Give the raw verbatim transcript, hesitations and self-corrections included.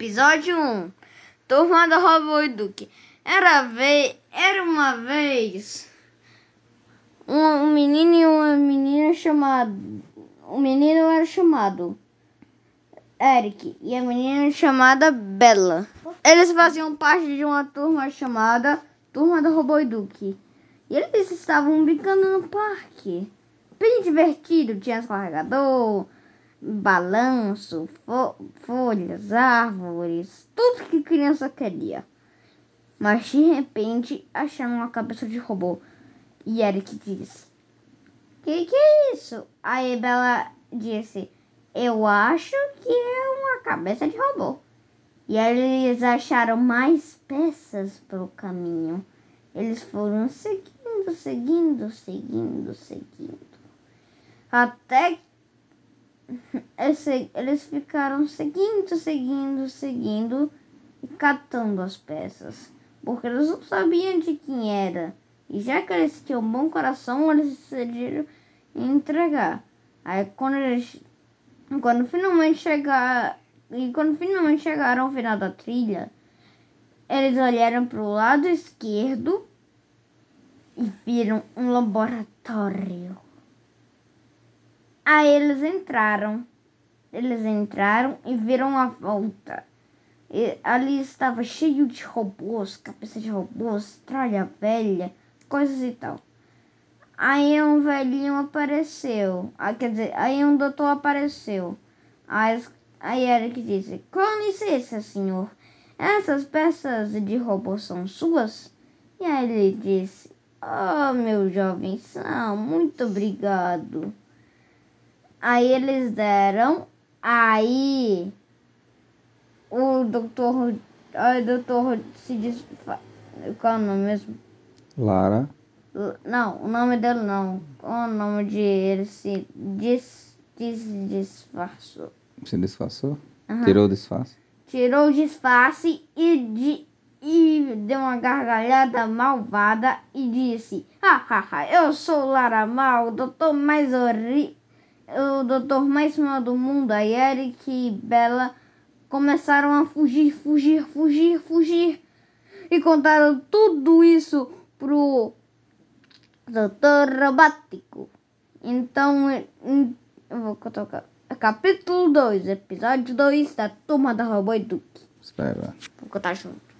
Episódio um. Turma do Robô e Duque. Era, ve... Era uma vez um, um menino e uma menina chamado... O menino era chamado Eric e a menina chamada Bella. Eles faziam parte de uma turma chamada Turma do Robô e Duque. E eles estavam brincando no parque. Bem divertido. Tinha escorregador, balanço, fo folhas, árvores, tudo que criança queria. Mas de repente acharam uma cabeça de robô. E Eric disse: Que que é isso? Aí Bella disse: Eu acho que é uma cabeça de robô. E eles acharam mais peças pelo caminho. Eles foram seguindo, seguindo, seguindo, seguindo. Até eles ficaram seguindo, seguindo, seguindo e catando as peças, porque eles não sabiam de quem era. E já que eles tinham um bom coração, eles decidiram entregar. Aí quando eles, quando finalmente chegar, e quando finalmente chegaram ao final da trilha, eles olharam para o lado esquerdo e viram um laboratório. Aí eles entraram. Eles entraram e viram a volta. E ali estava cheio de robôs, cabeça de robôs, tralha velha, coisas e tal. Aí um velhinho apareceu. Ah, quer dizer, aí um doutor apareceu. Aí, aí Eric disse: Com licença, senhor. Essas peças de robô são suas? E aí ele disse: Oh, meu jovem, são. Muito obrigado. Aí eles deram. Aí o doutor, o doutor se desfaz. Qual é o nome mesmo? Lara. Não, o nome dele não. Qual é o nome de ele se des, des, disfarçou? Se disfarçou? Uhum. Tirou o disfarce? Tirou o disfarce e, de, e deu uma gargalhada malvada e disse: Hahaha, eu sou Lara Mal, o doutor mais horrível. O doutor mais mal do mundo. Aí Eric e Bella começaram a fugir, fugir, fugir, fugir. E contaram tudo isso pro doutor Robótico. Então, eu vou colocar capítulo dois, episódio dois da Turma da Robô e Duque. Espera. Vou contar junto.